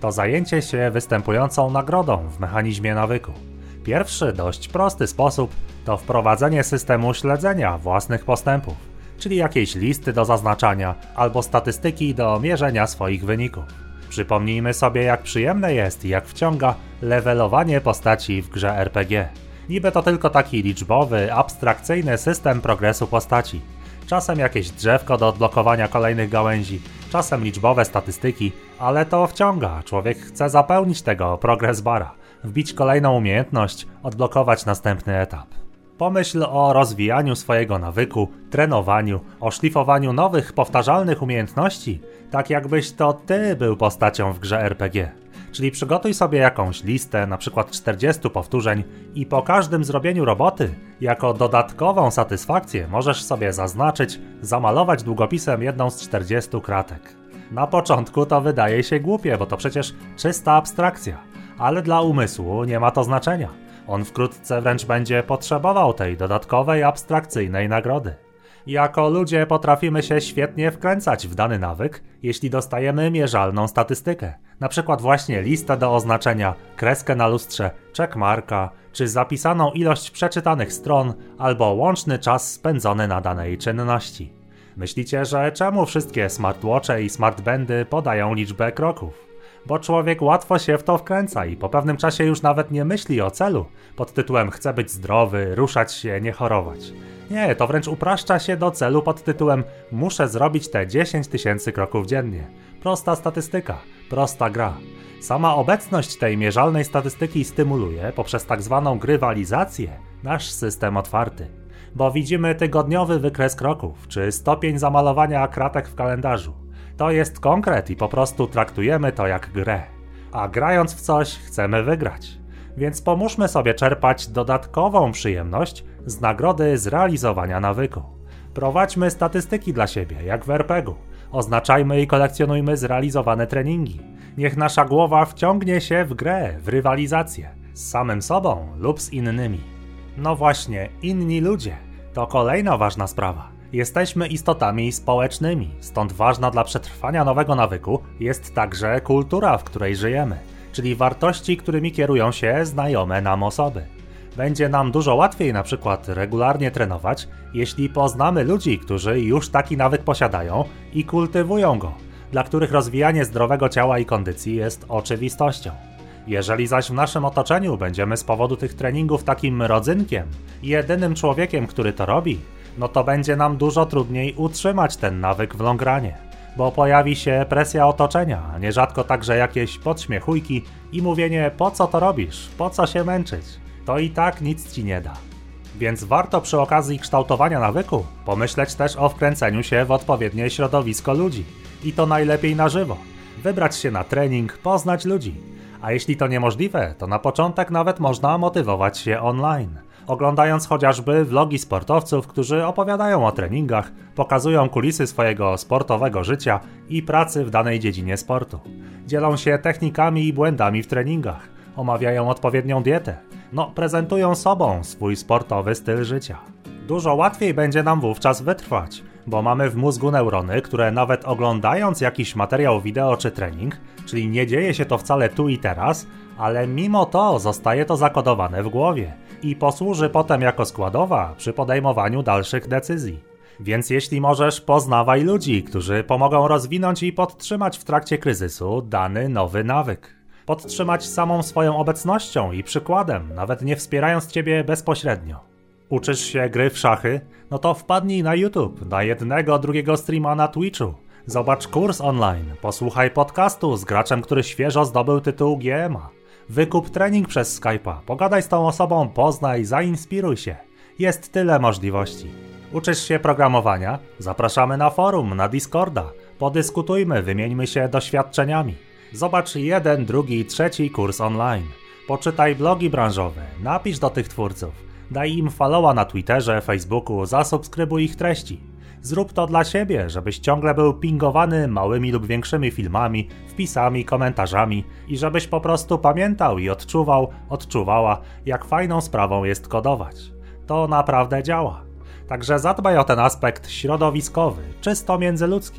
to zajęcie się występującą nagrodą w mechanizmie nawyku. Pierwszy, dość prosty sposób to wprowadzenie systemu śledzenia własnych postępów, czyli jakiejś listy do zaznaczania albo statystyki do mierzenia swoich wyników. Przypomnijmy sobie, jak przyjemne jest i jak wciąga levelowanie postaci w grze er pe gie. Niby to tylko taki liczbowy, abstrakcyjny system progresu postaci. Czasem jakieś drzewko do odblokowania kolejnych gałęzi, czasem liczbowe statystyki, ale to wciąga. Człowiek chce zapełnić tego progress bara, wbić kolejną umiejętność, odblokować następny etap. Pomyśl o rozwijaniu swojego nawyku, trenowaniu, o szlifowaniu nowych, powtarzalnych umiejętności, tak jakbyś to ty był postacią w grze er pe gie. Czyli przygotuj sobie jakąś listę, na przykład czterdziestu powtórzeń i po każdym zrobieniu roboty, jako dodatkową satysfakcję możesz sobie zaznaczyć, zamalować długopisem jedną z czterdziestu kratek. Na początku to wydaje się głupie, bo to przecież czysta abstrakcja, ale dla umysłu nie ma to znaczenia. On wkrótce wręcz będzie potrzebował tej dodatkowej, abstrakcyjnej nagrody. Jako ludzie potrafimy się świetnie wkręcać w dany nawyk, jeśli dostajemy mierzalną statystykę. Na przykład właśnie listę do oznaczenia, kreskę na lustrze, checkmarka, czy zapisaną ilość przeczytanych stron, albo łączny czas spędzony na danej czynności. Myślicie, że czemu wszystkie smartwatche i smartbandy podają liczbę kroków? Bo człowiek łatwo się w to wkręca i po pewnym czasie już nawet nie myśli o celu pod tytułem chcę być zdrowy, ruszać się, nie chorować. Nie, to wręcz upraszcza się do celu pod tytułem muszę zrobić te dziesięć tysięcy kroków dziennie. Prosta statystyka, prosta gra. Sama obecność tej mierzalnej statystyki stymuluje poprzez tak zwaną grywalizację nasz system otwarty. Bo widzimy tygodniowy wykres kroków, czy stopień zamalowania kratek w kalendarzu. To jest konkret i po prostu traktujemy to jak grę. A grając w coś chcemy wygrać. Więc pomóżmy sobie czerpać dodatkową przyjemność z nagrody zrealizowania nawyku. Prowadźmy statystyki dla siebie, jak w er pe gie u. Oznaczajmy i kolekcjonujmy zrealizowane treningi. Niech nasza głowa wciągnie się w grę, w rywalizację. Z samym sobą lub z innymi. No właśnie, inni ludzie. To kolejna ważna sprawa. Jesteśmy istotami społecznymi, stąd ważna dla przetrwania nowego nawyku jest także kultura, w której żyjemy, czyli wartości, którymi kierują się znajome nam osoby. Będzie nam dużo łatwiej na przykład regularnie trenować, jeśli poznamy ludzi, którzy już taki nawyk posiadają i kultywują go, dla których rozwijanie zdrowego ciała i kondycji jest oczywistością. Jeżeli zaś w naszym otoczeniu będziemy z powodu tych treningów takim rodzynkiem, jedynym człowiekiem, który to robi, no to będzie nam dużo trudniej utrzymać ten nawyk w longranie, bo pojawi się presja otoczenia, a nierzadko także jakieś podśmiechujki i mówienie po co to robisz, po co się męczyć, to i tak nic ci nie da. Więc warto przy okazji kształtowania nawyku pomyśleć też o wkręceniu się w odpowiednie środowisko ludzi i to najlepiej na żywo, wybrać się na trening, poznać ludzi, a jeśli to niemożliwe, to na początek nawet można motywować się online. Oglądając chociażby vlogi sportowców, którzy opowiadają o treningach, pokazują kulisy swojego sportowego życia i pracy w danej dziedzinie sportu. Dzielą się technikami i błędami w treningach, omawiają odpowiednią dietę, no prezentują sobą swój sportowy styl życia. Dużo łatwiej będzie nam wówczas wytrwać, bo mamy w mózgu neurony, które nawet oglądając jakiś materiał wideo czy trening, czyli nie dzieje się to wcale tu i teraz, ale mimo to zostaje to zakodowane w głowie i posłuży potem jako składowa przy podejmowaniu dalszych decyzji. Więc jeśli możesz, poznawaj ludzi, którzy pomogą rozwinąć i podtrzymać w trakcie kryzysu dany nowy nawyk. Podtrzymać samą swoją obecnością i przykładem, nawet nie wspierając ciebie bezpośrednio. Uczysz się gry w szachy? No to wpadnij na YouTube, na jednego, drugiego streama na Twitchu. Zobacz kurs online, posłuchaj podcastu z graczem, który świeżo zdobył tytuł G M a. Wykup trening przez Skype'a, pogadaj z tą osobą, poznaj, zainspiruj się. Jest tyle możliwości. Uczysz się programowania? Zapraszamy na forum, na Discorda. Podyskutujmy, wymieńmy się doświadczeniami. Zobacz jeden, drugi, trzeci kurs online. Poczytaj blogi branżowe, napisz do tych twórców. Daj im followa na Twitterze, Facebooku, zasubskrybuj ich treści. Zrób to dla siebie, żebyś ciągle był pingowany małymi lub większymi filmami, wpisami, komentarzami i żebyś po prostu pamiętał i odczuwał, odczuwała, jak fajną sprawą jest kodować. To naprawdę działa. Także zadbaj o ten aspekt środowiskowy, czysto międzyludzki.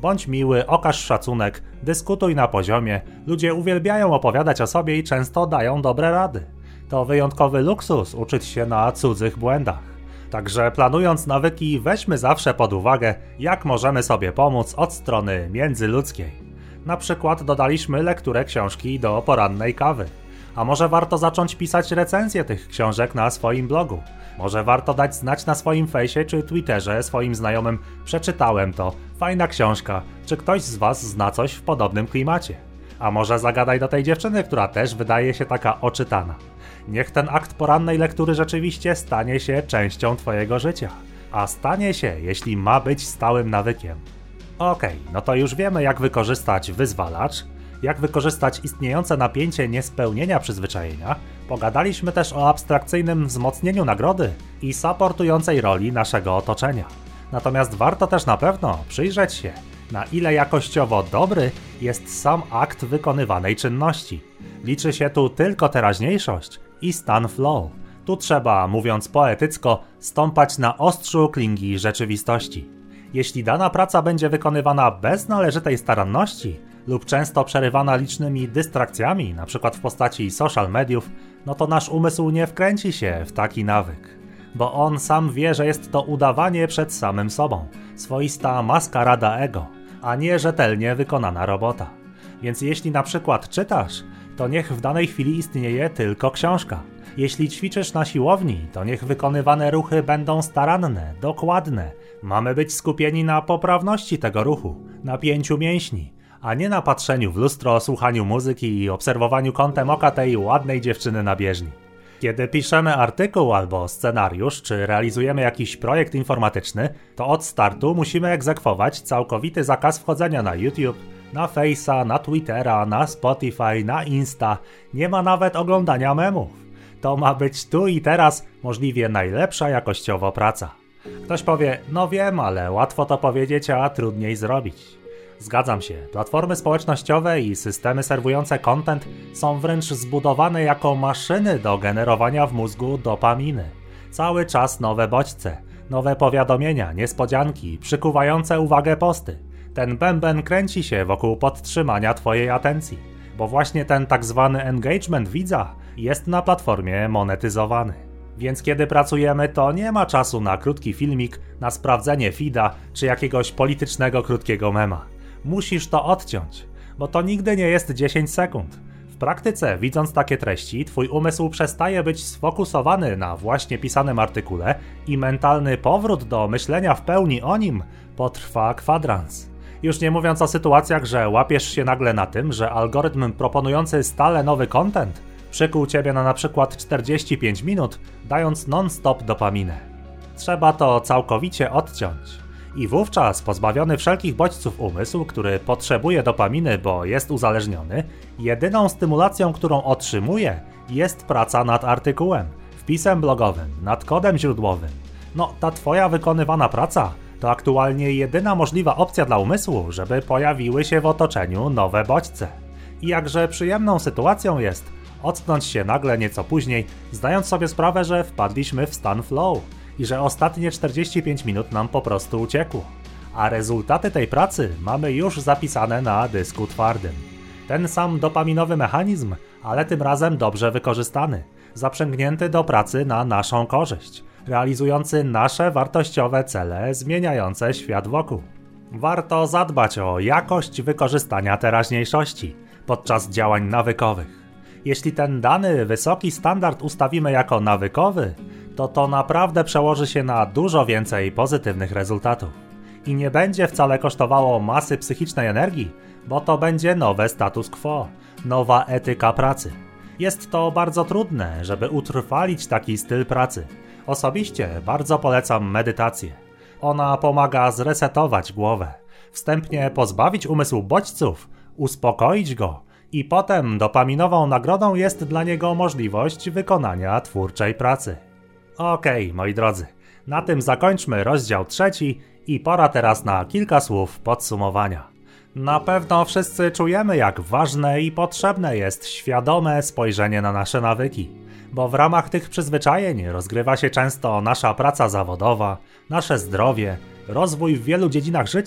Bądź miły, okaż szacunek, dyskutuj na poziomie. Ludzie uwielbiają opowiadać o sobie i często dają dobre rady. To wyjątkowy luksus uczyć się na cudzych błędach. Także planując nawyki, weźmy zawsze pod uwagę, jak możemy sobie pomóc od strony międzyludzkiej. Na przykład dodaliśmy lekturę książki do porannej kawy. A może warto zacząć pisać recenzje tych książek na swoim blogu? Może warto dać znać na swoim fejsie czy Twitterze swoim znajomym: przeczytałem to, fajna książka, czy ktoś z was zna coś w podobnym klimacie? A może zagadaj do tej dziewczyny, która też wydaje się taka oczytana. Niech ten akt porannej lektury rzeczywiście stanie się częścią twojego życia. A stanie się, jeśli ma być stałym nawykiem. Okej, no to już wiemy, jak wykorzystać wyzwalacz, jak wykorzystać istniejące napięcie niespełnienia przyzwyczajenia. Pogadaliśmy też o abstrakcyjnym wzmocnieniu nagrody i supportującej roli naszego otoczenia. Natomiast warto też na pewno przyjrzeć się, na ile jakościowo dobry jest sam akt wykonywanej czynności. Liczy się tu tylko teraźniejszość i stan flow. Tu trzeba, mówiąc poetycko, stąpać na ostrzu klingi rzeczywistości. Jeśli dana praca będzie wykonywana bez należytej staranności lub często przerywana licznymi dystrakcjami, np. w postaci social mediów, no to nasz umysł nie wkręci się w taki nawyk. Bo on sam wie, że jest to udawanie przed samym sobą, swoista maskarada ego, a nie rzetelnie wykonana robota. Więc jeśli na przykład czytasz, to niech w danej chwili istnieje tylko książka. Jeśli ćwiczysz na siłowni, to niech wykonywane ruchy będą staranne, dokładne. Mamy być skupieni na poprawności tego ruchu, na pięciu mięśni, a nie na patrzeniu w lustro, słuchaniu muzyki i obserwowaniu kątem oka tej ładnej dziewczyny na bieżni. Kiedy piszemy artykuł albo scenariusz, czy realizujemy jakiś projekt informatyczny, to od startu musimy egzekwować całkowity zakaz wchodzenia na YouTube, na Face'a, na Twittera, na Spotify, na Insta. Nie ma nawet oglądania memów. To ma być tu i teraz możliwie najlepsza jakościowo praca. Ktoś powie: no wiem, ale łatwo to powiedzieć, a trudniej zrobić. Zgadzam się, platformy społecznościowe i systemy serwujące content są wręcz zbudowane jako maszyny do generowania w mózgu dopaminy. Cały czas nowe bodźce, nowe powiadomienia, niespodzianki, przykuwające uwagę posty. Ten bęben kręci się wokół podtrzymania twojej atencji, bo właśnie ten tak zwany engagement widza jest na platformie monetyzowany. Więc kiedy pracujemy, to nie ma czasu na krótki filmik, na sprawdzenie feeda czy jakiegoś politycznego krótkiego mema. Musisz to odciąć, bo to nigdy nie jest dziesięć sekund. W praktyce, widząc takie treści, twój umysł przestaje być sfokusowany na właśnie pisanym artykule i mentalny powrót do myślenia w pełni o nim potrwa kwadrans. Już nie mówiąc o sytuacjach, że łapiesz się nagle na tym, że algorytm proponujący stale nowy content przykuł ciebie na na przykład czterdzieści pięć minut, dając non-stop dopaminę. Trzeba to całkowicie odciąć. I wówczas pozbawiony wszelkich bodźców umysł, który potrzebuje dopaminy, bo jest uzależniony, jedyną stymulacją, którą otrzymuje, jest praca nad artykułem, wpisem blogowym, nad kodem źródłowym. No, ta twoja wykonywana praca to aktualnie jedyna możliwa opcja dla umysłu, żeby pojawiły się w otoczeniu nowe bodźce. I jakże przyjemną sytuacją jest ocknąć się nagle nieco później, zdając sobie sprawę, że wpadliśmy w stan flow i że ostatnie czterdzieści pięć minut nam po prostu uciekło. A rezultaty tej pracy mamy już zapisane na dysku twardym. Ten sam dopaminowy mechanizm, ale tym razem dobrze wykorzystany, zaprzęgnięty do pracy na naszą korzyść, realizujący nasze wartościowe cele zmieniające świat wokół. Warto zadbać o jakość wykorzystania teraźniejszości podczas działań nawykowych. Jeśli ten dany wysoki standard ustawimy jako nawykowy, to to naprawdę przełoży się na dużo więcej pozytywnych rezultatów. I nie będzie wcale kosztowało masy psychicznej energii, bo to będzie nowe status quo, nowa etyka pracy. Jest to bardzo trudne, żeby utrwalić taki styl pracy. Osobiście bardzo polecam medytację. Ona pomaga zresetować głowę, wstępnie pozbawić umysł bodźców, uspokoić go i potem dopaminową nagrodą jest dla niego możliwość wykonania twórczej pracy. Okej, okay, moi drodzy, na tym zakończmy rozdział trzeci i pora teraz na kilka słów podsumowania. Na pewno wszyscy czujemy, jak ważne i potrzebne jest świadome spojrzenie na nasze nawyki, bo w ramach tych przyzwyczajeń rozgrywa się często nasza praca zawodowa, nasze zdrowie, rozwój w wielu dziedzinach życia,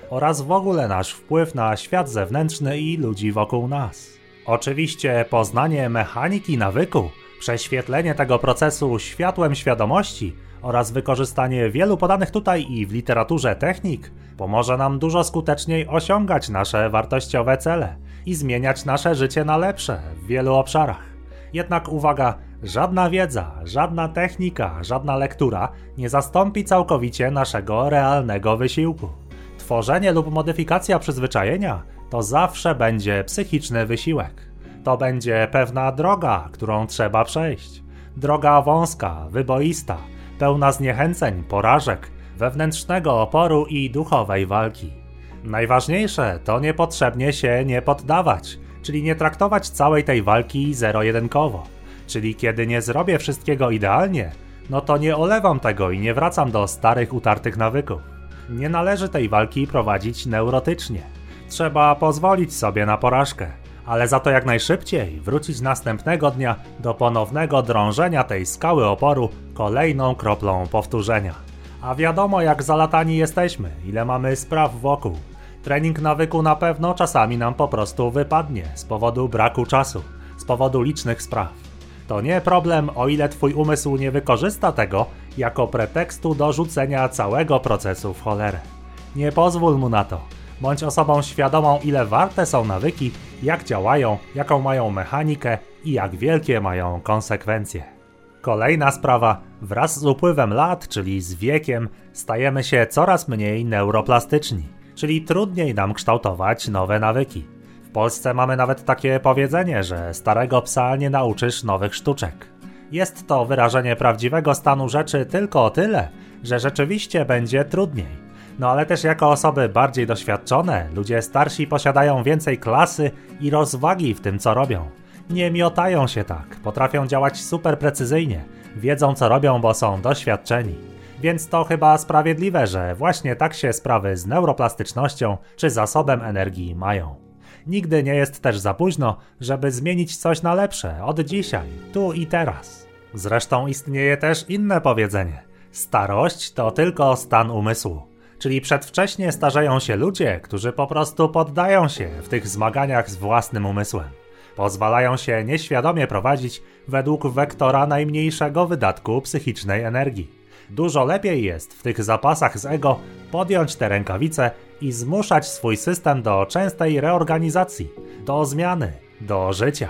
oraz w ogóle nasz wpływ na świat zewnętrzny i ludzi wokół nas. Oczywiście poznanie mechaniki nawyku, prześwietlenie tego procesu światłem świadomości oraz wykorzystanie wielu podanych tutaj i w literaturze technik pomoże nam dużo skuteczniej osiągać nasze wartościowe cele i zmieniać nasze życie na lepsze w wielu obszarach. Jednak uwaga, żadna wiedza, żadna technika, żadna lektura nie zastąpi całkowicie naszego realnego wysiłku. Tworzenie lub modyfikacja przyzwyczajenia to zawsze będzie psychiczny wysiłek. To będzie pewna droga, którą trzeba przejść. Droga wąska, wyboista, pełna zniechęceń, porażek, wewnętrznego oporu i duchowej walki. Najważniejsze to niepotrzebnie się nie poddawać, czyli nie traktować całej tej walki zero-jedynkowo. Czyli kiedy nie zrobię wszystkiego idealnie, no to nie olewam tego i nie wracam do starych, utartych nawyków. Nie należy tej walki prowadzić neurotycznie. Trzeba pozwolić sobie na porażkę, ale za to jak najszybciej wrócić następnego dnia do ponownego drążenia tej skały oporu kolejną kroplą powtórzenia. A wiadomo, jak zalatani jesteśmy, ile mamy spraw wokół. Trening nawyku na pewno czasami nam po prostu wypadnie z powodu braku czasu, z powodu licznych spraw. To nie problem, o ile twój umysł nie wykorzysta tego jako pretekstu do rzucenia całego procesu w cholerę. Nie pozwól mu na to. Bądź osobą świadomą, ile warte są nawyki, jak działają, jaką mają mechanikę i jak wielkie mają konsekwencje. Kolejna sprawa, wraz z upływem lat, czyli z wiekiem, stajemy się coraz mniej neuroplastyczni, czyli trudniej nam kształtować nowe nawyki. W Polsce mamy nawet takie powiedzenie, że starego psa nie nauczysz nowych sztuczek. Jest to wyrażenie prawdziwego stanu rzeczy tylko o tyle, że rzeczywiście będzie trudniej. No ale też jako osoby bardziej doświadczone, ludzie starsi posiadają więcej klasy i rozwagi w tym, co robią. Nie miotają się tak, potrafią działać super precyzyjnie, wiedzą co robią, bo są doświadczeni. Więc to chyba sprawiedliwe, że właśnie tak się sprawy z neuroplastycznością czy zasobem energii mają. Nigdy nie jest też za późno, żeby zmienić coś na lepsze od dzisiaj, tu i teraz. Zresztą istnieje też inne powiedzenie. Starość to tylko stan umysłu. Czyli przedwcześnie starzeją się ludzie, którzy po prostu poddają się w tych zmaganiach z własnym umysłem. Pozwalają się nieświadomie prowadzić według wektora najmniejszego wydatku psychicznej energii. Dużo lepiej jest w tych zapasach z ego podjąć te rękawice i zmuszać swój system do częstej reorganizacji, do zmiany, do życia.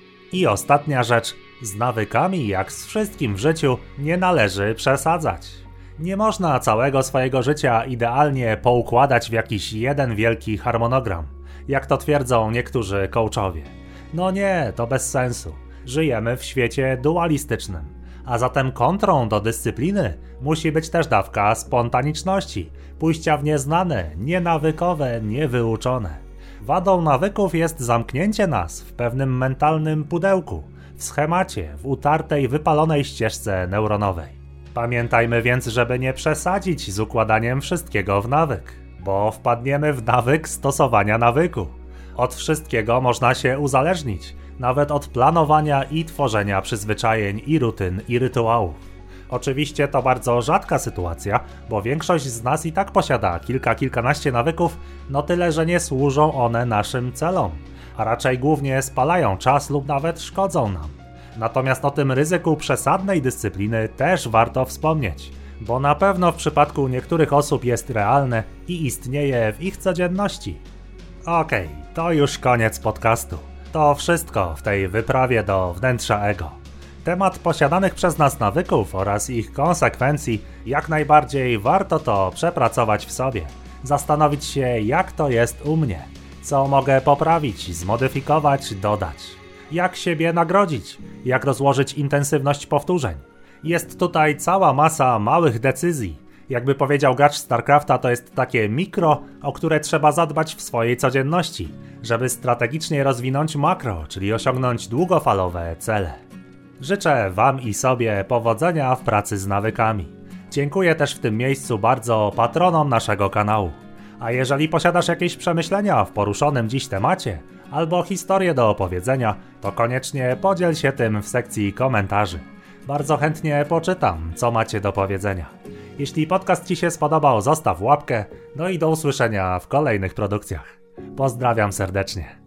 I ostatnia rzecz, z nawykami jak z wszystkim w życiu nie należy przesadzać. Nie można całego swojego życia idealnie poukładać w jakiś jeden wielki harmonogram, jak to twierdzą niektórzy coachowie. No nie, to bez sensu. Żyjemy w świecie dualistycznym, a zatem kontrą do dyscypliny musi być też dawka spontaniczności, pójścia w nieznane, nienawykowe, niewyuczone. Wadą nawyków jest zamknięcie nas w pewnym mentalnym pudełku, w schemacie, w utartej, wypalonej ścieżce neuronowej. Pamiętajmy więc, żeby nie przesadzić z układaniem wszystkiego w nawyk, bo wpadniemy w nawyk stosowania nawyku. Od wszystkiego można się uzależnić, nawet od planowania i tworzenia przyzwyczajeń i rutyn i rytuałów. Oczywiście to bardzo rzadka sytuacja, bo większość z nas i tak posiada kilka, kilkanaście nawyków, no tyle, że nie służą one naszym celom, a raczej głównie spalają czas lub nawet szkodzą nam. Natomiast o tym ryzyku przesadnej dyscypliny też warto wspomnieć, bo na pewno w przypadku niektórych osób jest realne i istnieje w ich codzienności. Okej, okay, to już koniec podcastu. To wszystko w tej wyprawie do wnętrza ego. Temat posiadanych przez nas nawyków oraz ich konsekwencji jak najbardziej warto to przepracować w sobie. Zastanowić się, jak to jest u mnie, co mogę poprawić, zmodyfikować, dodać. Jak siebie nagrodzić, jak rozłożyć intensywność powtórzeń. Jest tutaj cała masa małych decyzji. Jakby powiedział gracz StarCrafta, to jest takie mikro, o które trzeba zadbać w swojej codzienności, żeby strategicznie rozwinąć makro, czyli osiągnąć długofalowe cele. Życzę Wam i sobie powodzenia w pracy z nawykami. Dziękuję też w tym miejscu bardzo patronom naszego kanału. A jeżeli posiadasz jakieś przemyślenia w poruszonym dziś temacie, albo historię do opowiedzenia, to koniecznie podziel się tym w sekcji komentarzy. Bardzo chętnie poczytam, co macie do powiedzenia. Jeśli podcast Ci się spodobał, zostaw łapkę, no i do usłyszenia w kolejnych produkcjach. Pozdrawiam serdecznie.